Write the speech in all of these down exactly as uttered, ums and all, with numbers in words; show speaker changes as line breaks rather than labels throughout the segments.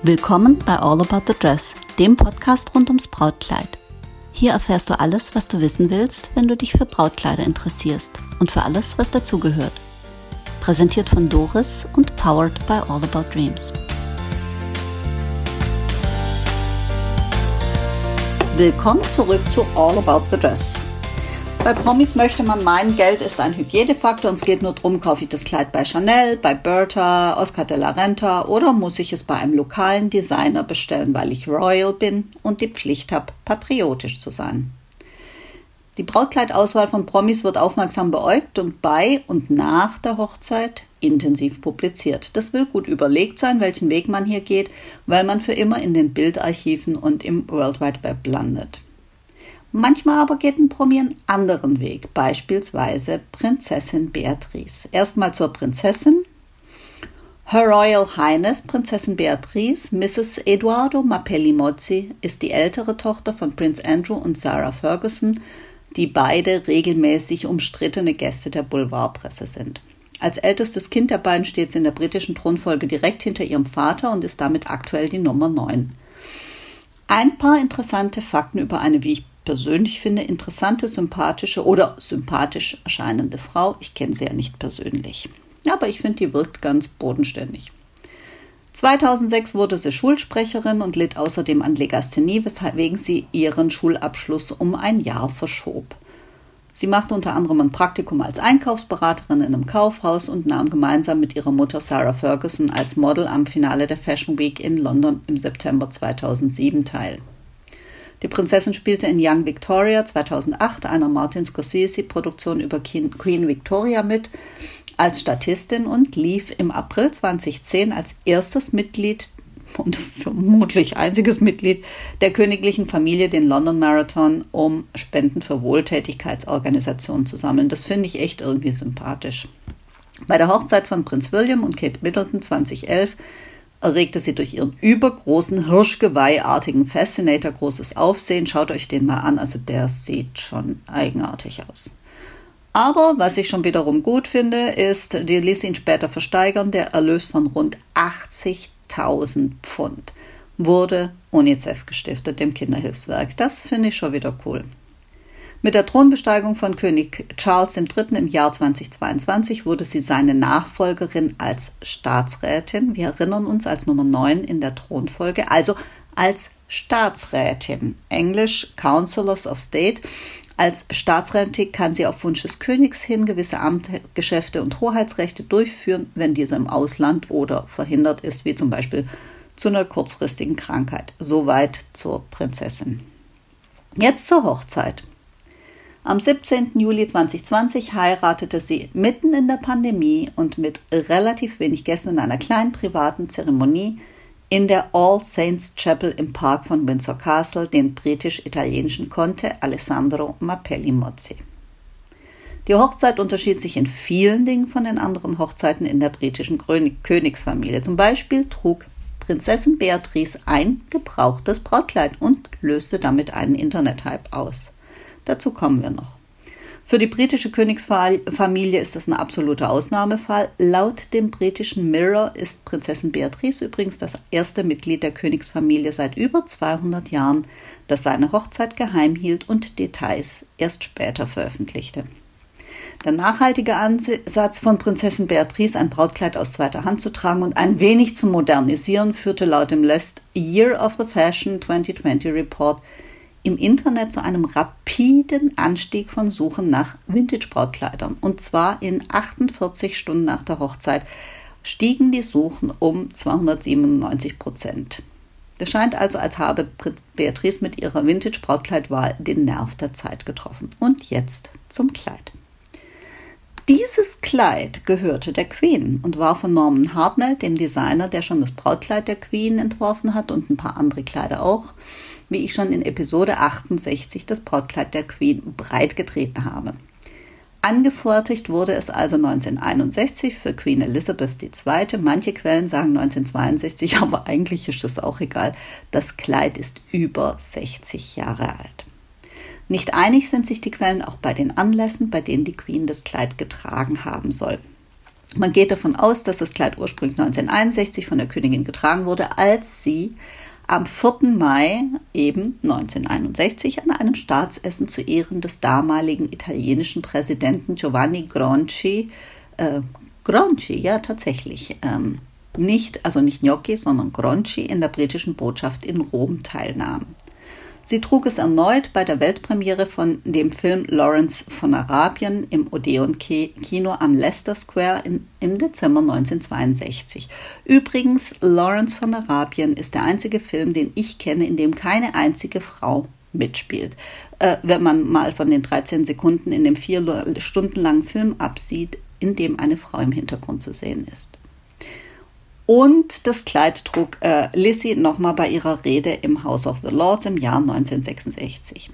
Willkommen bei All About the Dress, dem Podcast rund ums Brautkleid. Hier erfährst du alles, was du wissen willst, wenn du dich für Brautkleider interessierst und für alles, was dazugehört. Präsentiert von Doris und powered by All About Dreams. Willkommen zurück zu All About the Dress. Bei Promis möchte man meinen, Geld ist ein Hygienefaktor und es geht nur darum, kaufe ich das Kleid bei Chanel, bei Bertha, Oscar de la Renta oder muss ich es bei einem lokalen Designer bestellen, weil ich Royal bin und die Pflicht habe, patriotisch zu sein. Die Brautkleidauswahl von Promis wird aufmerksam beäugt und bei und nach der Hochzeit intensiv publiziert. Das will gut überlegt sein, welchen Weg man hier geht, weil man für immer in den Bildarchiven und im World Wide Web landet. Manchmal aber geht ein Promi einen anderen Weg, beispielsweise Prinzessin Beatrice. Erstmal zur Prinzessin. Her Royal Highness Prinzessin Beatrice, Misses Edoardo Mapelli-Mozzi, ist die ältere Tochter von Prince Andrew und Sarah Ferguson, die beide regelmäßig umstrittene Gäste der Boulevardpresse sind. Als ältestes Kind der beiden steht sie in der britischen Thronfolge direkt hinter ihrem Vater und ist damit aktuell die Nummer neun. Ein paar interessante Fakten über eine, wie ich persönlich finde, interessante, sympathische oder sympathisch erscheinende Frau. Ich kenne sie ja nicht persönlich, aber ich finde, die wirkt ganz bodenständig. zweitausendsechs wurde sie Schulsprecherin und litt außerdem an Legasthenie, weswegen sie ihren Schulabschluss um ein Jahr verschob. Sie machte unter anderem ein Praktikum als Einkaufsberaterin in einem Kaufhaus und nahm gemeinsam mit ihrer Mutter Sarah Ferguson als Model am Finale der Fashion Week in London im September zweitausendsieben teil. Die Prinzessin spielte in Young Victoria zweitausendacht, einer Martin Scorsese-Produktion über Queen Victoria mit, als Statistin und lief im April zweitausendzehn als erstes Mitglied und vermutlich einziges Mitglied der königlichen Familie den London Marathon, um Spenden für Wohltätigkeitsorganisationen zu sammeln. Das finde ich echt irgendwie sympathisch. Bei der Hochzeit von Prinz William und Kate Middleton zweitausendelf erregte sie durch ihren übergroßen, hirschgeweihartigen Fascinator großes Aufsehen. Schaut euch den mal an, also der sieht schon eigenartig aus. Aber was ich schon wiederum gut finde, ist, die ließ ihn später versteigern, der Erlös von rund achtzigtausend Pfund wurde UNICEF gestiftet, dem Kinderhilfswerk. Das finde ich schon wieder cool. Mit der Thronbesteigung von König Charles der Dritte im Jahr zweitausendzweiundzwanzig wurde sie seine Nachfolgerin als Staatsrätin. Wir erinnern uns als Nummer neun in der Thronfolge, also als Staatsrätin, englisch Councillors of State. Als Staatsrätin kann sie auf Wunsch des Königs hin gewisse Amtsgeschäfte und Hoheitsrechte durchführen, wenn diese im Ausland oder verhindert ist, wie zum Beispiel zu einer kurzfristigen Krankheit. Soweit zur Prinzessin. Jetzt zur Hochzeit. Am siebzehnten Juli zweitausendzwanzig heiratete sie mitten in der Pandemie und mit relativ wenig Gästen in einer kleinen privaten Zeremonie in der All Saints Chapel im Park von Windsor Castle den britisch-italienischen Conte Alessandro Mapelli-Mozzi. Die Hochzeit unterschied sich in vielen Dingen von den anderen Hochzeiten in der britischen Königsfamilie. Zum Beispiel trug Prinzessin Beatrice ein gebrauchtes Brautkleid und löste damit einen Internethype aus. Dazu kommen wir noch. Für die britische Königsfamilie ist das ein absoluter Ausnahmefall. Laut dem britischen Mirror ist Prinzessin Beatrice übrigens das erste Mitglied der Königsfamilie seit über zweihundert Jahren, das seine Hochzeit geheim hielt und Details erst später veröffentlichte. Der nachhaltige Ansatz von Prinzessin Beatrice, ein Brautkleid aus zweiter Hand zu tragen und ein wenig zu modernisieren, führte laut dem Last Year of the Fashion zwanzig zwanzig Report im Internet zu einem rapiden Anstieg von Suchen nach Vintage-Brautkleidern. Und zwar in achtundvierzig Stunden nach der Hochzeit stiegen die Suchen um zweihundertsiebenundneunzig Prozent. Es scheint also, als habe Beatrice mit ihrer Vintage-Brautkleidwahl den Nerv der Zeit getroffen. Und jetzt zum Kleid. Dieses Kleid gehörte der Queen und war von Norman Hartnell, dem Designer, der schon das Brautkleid der Queen entworfen hat und ein paar andere Kleider auch, wie ich schon in Episode achtundsechzig das Brautkleid der Queen breitgetreten habe. Angefertigt wurde es also neunzehnhunderteinundsechzig für Queen Elizabeth die Zweite. Manche Quellen sagen neunzehnhundertzweiundsechzig, aber eigentlich ist es auch egal. Das Kleid ist über sechzig Jahre alt. Nicht einig sind sich die Quellen auch bei den Anlässen, bei denen die Queen das Kleid getragen haben soll. Man geht davon aus, dass das Kleid ursprünglich neunzehnhunderteinundsechzig von der Königin getragen wurde, als sie am vierten Mai eben neunzehnhunderteinundsechzig an einem Staatsessen zu Ehren des damaligen italienischen Präsidenten Giovanni Gronchi, äh, Gronchi, ja tatsächlich, ähm, nicht, also nicht Gnocchi, sondern Gronchi in der britischen Botschaft in Rom teilnahm. Sie trug es erneut bei der Weltpremiere von dem Film Lawrence von Arabien im Odeon-Kino am Leicester Square in, im Dezember neunzehnhundertzweiundsechzig. Übrigens, Lawrence von Arabien ist der einzige Film, den ich kenne, in dem keine einzige Frau mitspielt. Äh, wenn man mal von den dreizehn Sekunden in dem vier Stunden langen Film absieht, in dem eine Frau im Hintergrund zu sehen ist. Und das Kleid trug äh, Lizzie nochmal bei ihrer Rede im House of the Lords im Jahr neunzehnhundertsechsundsechzig.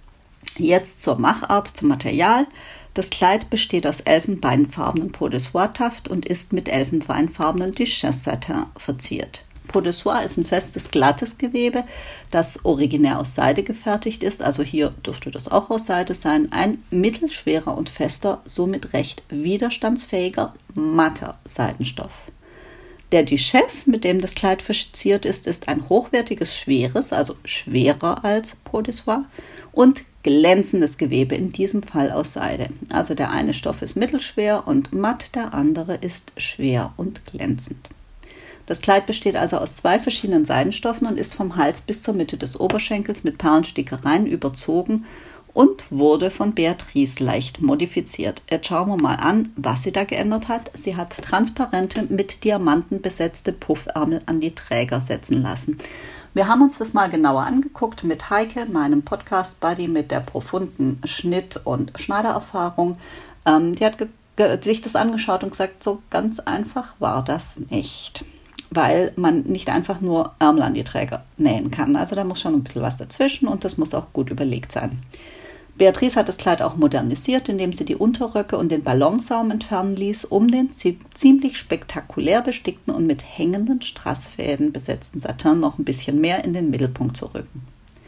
Jetzt zur Machart, zum Material. Das Kleid besteht aus elfenbeinfarbenen Peau de Soie-Taft und ist mit elfenbeinfarbenen Duchesse-Satin verziert. Peau de Soie ist ein festes, glattes Gewebe, das originär aus Seide gefertigt ist, also hier dürfte das auch aus Seide sein, ein mittelschwerer und fester, somit recht widerstandsfähiger, matter Seidenstoff. Der Duchesse, mit dem das Kleid verziert ist, ist ein hochwertiges, schweres, also schwerer als Peau de Soie und glänzendes Gewebe, in diesem Fall aus Seide. Also der eine Stoff ist mittelschwer und matt, der andere ist schwer und glänzend. Das Kleid besteht also aus zwei verschiedenen Seidenstoffen und ist vom Hals bis zur Mitte des Oberschenkels mit Perlenstickereien überzogen und wurde von Beatrice leicht modifiziert. Jetzt schauen wir mal an, was sie da geändert hat. Sie hat transparente, mit Diamanten besetzte Puffärmel an die Träger setzen lassen. Wir haben uns das mal genauer angeguckt mit Heike, meinem Podcast-Buddy mit der profunden Schnitt- und Schneidererfahrung. Ähm, die hat sich das angeschaut und gesagt, so ganz einfach war das nicht, weil man nicht einfach nur Ärmel an die Träger nähen kann. Also da muss schon ein bisschen was dazwischen und das muss auch gut überlegt sein. Beatrice hat das Kleid auch modernisiert, indem sie die Unterröcke und den Ballonsaum entfernen ließ, um den ziemlich spektakulär bestickten und mit hängenden Strassfäden besetzten Satin noch ein bisschen mehr in den Mittelpunkt zu rücken.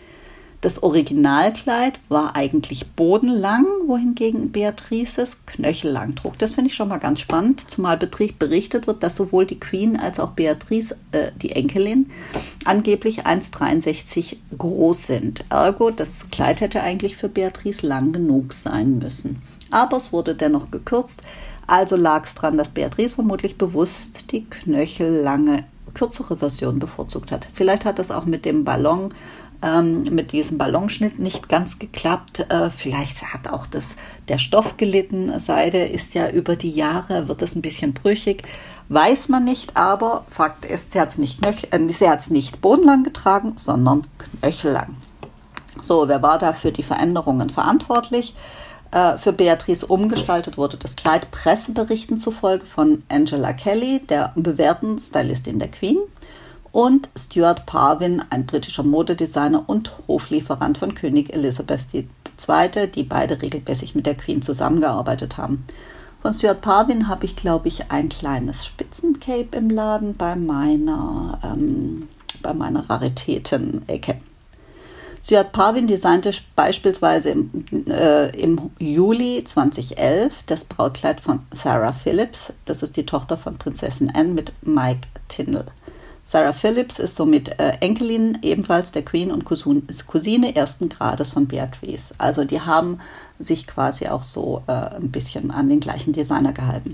Das Originalkleid war eigentlich bodenlang, wohingegen Beatrice es knöchellang trug. Das finde ich schon mal ganz spannend, zumal berichtet wird, dass sowohl die Queen als auch Beatrice, äh, die Enkelin, angeblich eins Komma dreiundsechzig groß sind. Ergo, das Kleid hätte eigentlich für Beatrice lang genug sein müssen. Aber es wurde dennoch gekürzt, also lag es daran, dass Beatrice vermutlich bewusst die knöchellange, kürzere Version bevorzugt hat. Vielleicht hat das auch mit dem Ballon Ähm, mit diesem Ballonschnitt nicht ganz geklappt. Äh, vielleicht hat auch das, der Stoff gelitten. Seide ist ja über die Jahre, wird es ein bisschen brüchig. Weiß man nicht, aber Fakt ist, sie hat es nicht, äh, sie hat's nicht bodenlang getragen, sondern knöchellang. So, wer war da für die Veränderungen verantwortlich? Äh, für Beatrice umgestaltet wurde das Kleid Presseberichten zufolge von Angela Kelly, der bewährten Stylistin der Queen, und Stuart Parvin, ein britischer Modedesigner und Hoflieferant von König Elizabeth die Zweite, die beide regelmäßig mit der Queen zusammengearbeitet haben. Von Stuart Parvin habe ich, glaube ich, ein kleines Spitzencape im Laden bei meiner, ähm, bei meiner Raritäten-Ecke. Stuart Parvin designte beispielsweise im, äh, im Juli zweitausendelf das Brautkleid von Sarah Phillips. Das ist die Tochter von Prinzessin Anne mit Mike Tindall. Sarah Phillips ist somit äh, Enkelin ebenfalls der Queen und Cousine ersten Grades von Beatrice. Also die haben sich quasi auch so äh, ein bisschen an den gleichen Designer gehalten.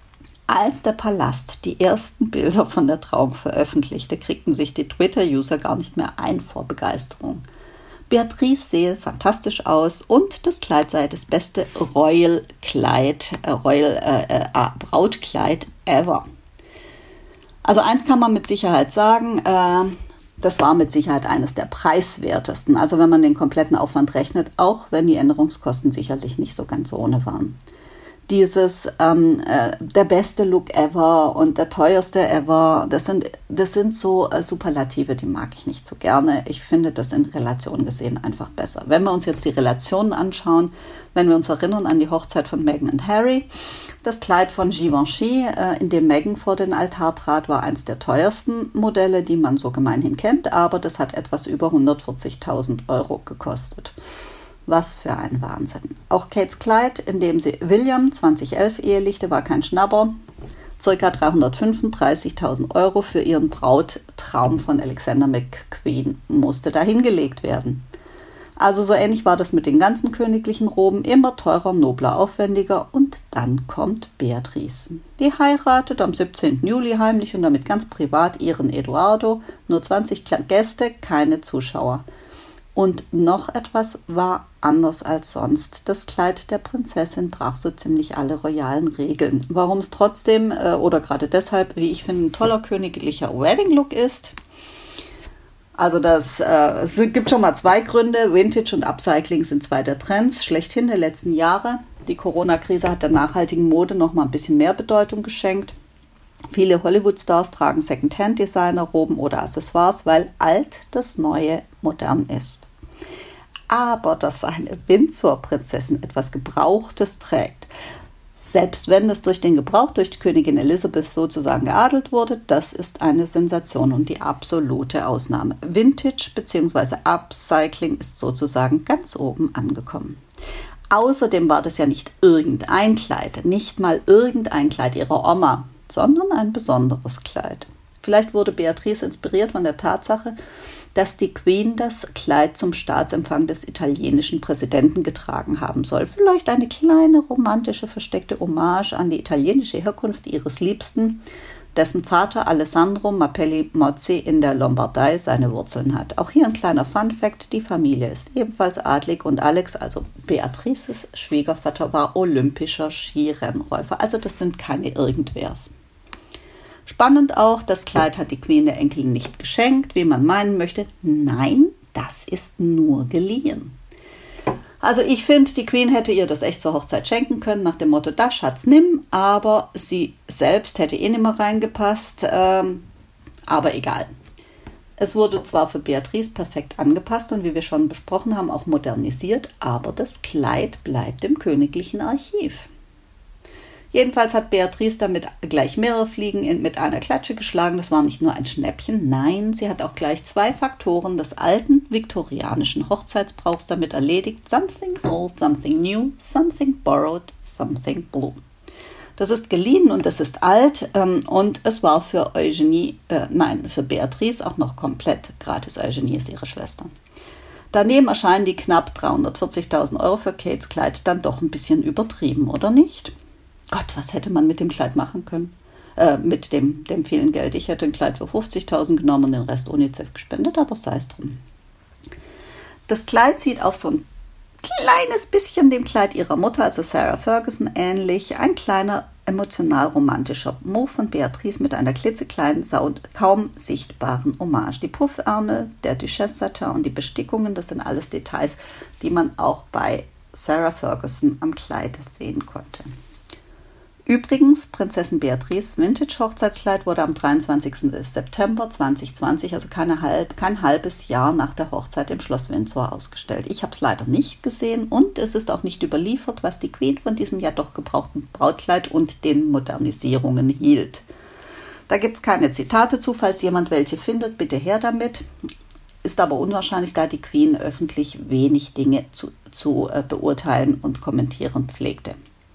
Als der Palast die ersten Bilder von der Trauung veröffentlichte, kriegten sich die Twitter-User gar nicht mehr ein vor Begeisterung. Beatrice sehe fantastisch aus und das Kleid sei das beste Royal-Kleid, äh, Royal äh, äh, Brautkleid ever. Also eins kann man mit Sicherheit sagen, äh, das war mit Sicherheit eines der preiswertesten. Also wenn man den kompletten Aufwand rechnet, auch wenn die Änderungskosten sicherlich nicht so ganz ohne waren. Dieses ähm, äh, der beste Look ever und der teuerste ever, das sind, das sind so äh, Superlative, die mag ich nicht so gerne. Ich finde das in Relation gesehen einfach besser. Wenn wir uns jetzt die Relationen anschauen, wenn wir uns erinnern an die Hochzeit von Meghan und Harry, das Kleid von Givenchy, äh, in dem Meghan vor den Altar trat, war eins der teuersten Modelle, die man so gemeinhin kennt, aber das hat etwas über hundertvierzigtausend Euro gekostet. Was für ein Wahnsinn. Auch Kates Kleid, in dem sie William zweitausendelf ehelichte, war kein Schnapper. ca. dreihundertfünfunddreißigtausend Euro für ihren Brauttraum von Alexander McQueen musste dahingelegt werden. Also so ähnlich war das mit den ganzen königlichen Roben, immer teurer, nobler, aufwendiger. Und dann kommt Beatrice. Die heiratet am siebzehnten Juli heimlich und damit ganz privat ihren Eduardo. Nur zwanzig Gäste, keine Zuschauer. Und noch etwas war anders als sonst. Das Kleid der Prinzessin brach so ziemlich alle royalen Regeln. Warum es trotzdem äh, oder gerade deshalb, wie ich finde, ein toller königlicher Wedding-Look ist. Also das, äh, es gibt schon mal zwei Gründe. Vintage und Upcycling sind zwei der Trends schlechthin der letzten Jahre. Die Corona-Krise hat der nachhaltigen Mode noch mal ein bisschen mehr Bedeutung geschenkt. Viele Hollywood-Stars tragen Second-Hand-Designer-Roben oder Accessoires, weil alt das Neue modern ist. Aber dass eine Windsor-Prinzessin etwas Gebrauchtes trägt, selbst wenn es durch den Gebrauch durch die Königin Elisabeth sozusagen geadelt wurde, das ist eine Sensation und die absolute Ausnahme. Vintage bzw. Upcycling ist sozusagen ganz oben angekommen. Außerdem war das ja nicht irgendein Kleid, nicht mal irgendein Kleid ihrer Oma, sondern ein besonderes Kleid. Vielleicht wurde Beatrice inspiriert von der Tatsache, dass die Queen das Kleid zum Staatsempfang des italienischen Präsidenten getragen haben soll. Vielleicht eine kleine romantische versteckte Hommage an die italienische Herkunft ihres Liebsten, dessen Vater Alessandro Mappelli Mozzi in der Lombardei seine Wurzeln hat. Auch hier ein kleiner Funfact: Die Familie ist ebenfalls adlig und Alex, also Beatrices Schwiegervater, war olympischer Skirennläufer. Also das sind keine Irgendwers. Spannend auch, das Kleid hat die Queen der Enkelin nicht geschenkt, wie man meinen möchte. Nein, das ist nur geliehen. Also ich finde, die Queen hätte ihr das echt zur Hochzeit schenken können, nach dem Motto, da Schatz, nimm, aber sie selbst hätte eh nicht mehr reingepasst, ähm, aber egal. Es wurde zwar für Beatrice perfekt angepasst und wie wir schon besprochen haben, auch modernisiert, aber das Kleid bleibt im königlichen Archiv. Jedenfalls hat Beatrice damit gleich mehrere Fliegen in, mit einer Klatsche geschlagen. Das war nicht nur ein Schnäppchen, nein, sie hat auch gleich zwei Faktoren des alten viktorianischen Hochzeitsbrauchs damit erledigt. Something old, something new, something borrowed, something blue. Das ist geliehen und das ist alt ähm, und es war für Eugenie, äh, nein, für Beatrice auch noch komplett gratis. Eugenie ist ihre Schwester. Daneben erscheinen die knapp dreihundertvierzigtausend Euro für Kates Kleid dann doch ein bisschen übertrieben, oder nicht? Gott, was hätte man mit dem Kleid machen können? Äh, mit dem, dem vielen Geld. Ich hätte ein Kleid für fünfzigtausend genommen und den Rest UNICEF gespendet, aber sei es drum. Das Kleid sieht auch so ein kleines bisschen dem Kleid ihrer Mutter, also Sarah Ferguson, ähnlich. Ein kleiner emotional-romantischer Move von Beatrice mit einer klitzekleinen, kaum sichtbaren Hommage. Die Puffärmel, der Duchesse Satin und die Bestickungen, das sind alles Details, die man auch bei Sarah Ferguson am Kleid sehen konnte. Übrigens, Prinzessin Beatrice Vintage-Hochzeitskleid wurde am dreiundzwanzigsten September zweitausendzwanzig, also keine halb, kein halbes Jahr nach der Hochzeit im Schloss Windsor ausgestellt. Ich habe es leider nicht gesehen und es ist auch nicht überliefert, was die Queen von diesem ja doch gebrauchten Brautkleid und den Modernisierungen hielt. Da gibt es keine Zitate zu, falls jemand welche findet, bitte her damit. Ist aber unwahrscheinlich, da die Queen öffentlich wenig Dinge zu, zu äh, beurteilen und kommentieren pflegte.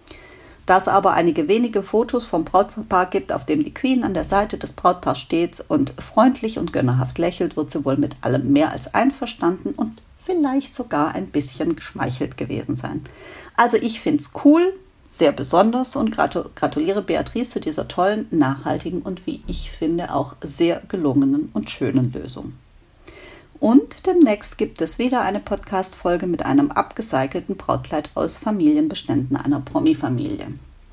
Da es aber einige wenige Fotos vom Brautpaar gibt, auf dem die Queen an der Seite des Brautpaars steht und freundlich und gönnerhaft lächelt, wird sie wohl mit allem mehr als einverstanden und vielleicht sogar ein bisschen geschmeichelt gewesen sein. Also ich finde es cool, sehr besonders und gratuliere Beatrice zu dieser tollen, nachhaltigen und wie ich finde auch sehr gelungenen und schönen Lösung. Und demnächst gibt es wieder eine Podcast-Folge mit einem abgecycelten Brautkleid aus Familienbeständen einer Promi-Familie.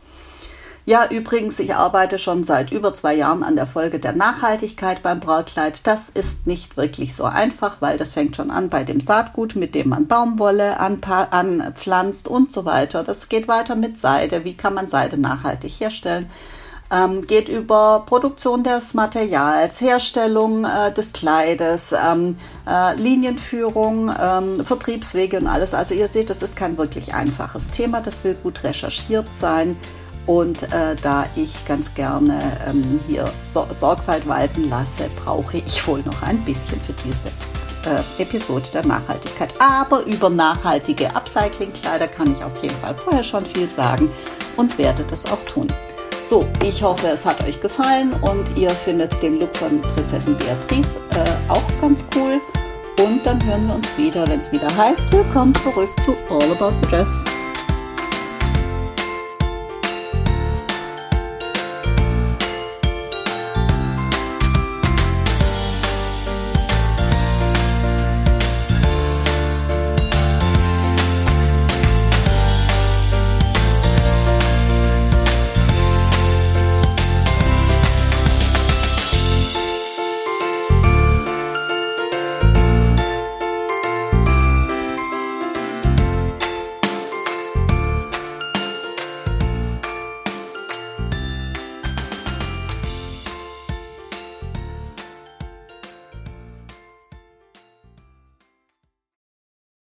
Ja, übrigens, ich arbeite schon seit über zwei Jahren an der Folge der Nachhaltigkeit beim Brautkleid. Das ist nicht wirklich so einfach, weil das fängt schon an bei dem Saatgut, mit dem man Baumwolle anpa- anpflanzt und so weiter. Das geht weiter mit Seide. Wie kann man Seide nachhaltig herstellen? Ähm, geht über Produktion des Materials, Herstellung äh, des Kleides, ähm, äh, Linienführung, ähm, Vertriebswege und alles. Also ihr seht, das ist kein wirklich einfaches Thema, das will gut recherchiert sein und äh, da ich ganz gerne ähm, hier so- Sorgfalt walten lasse, brauche ich wohl noch ein bisschen für diese äh, Episode der Nachhaltigkeit. Aber über nachhaltige Upcycling-Kleider kann ich auf jeden Fall vorher schon viel sagen und werde das auch tun. So, ich hoffe, es hat euch gefallen und ihr findet den Look von Prinzessin Beatrice äh, auch ganz cool. Und dann hören wir uns wieder, wenn es wieder heißt, willkommen zurück zu All About the Dress.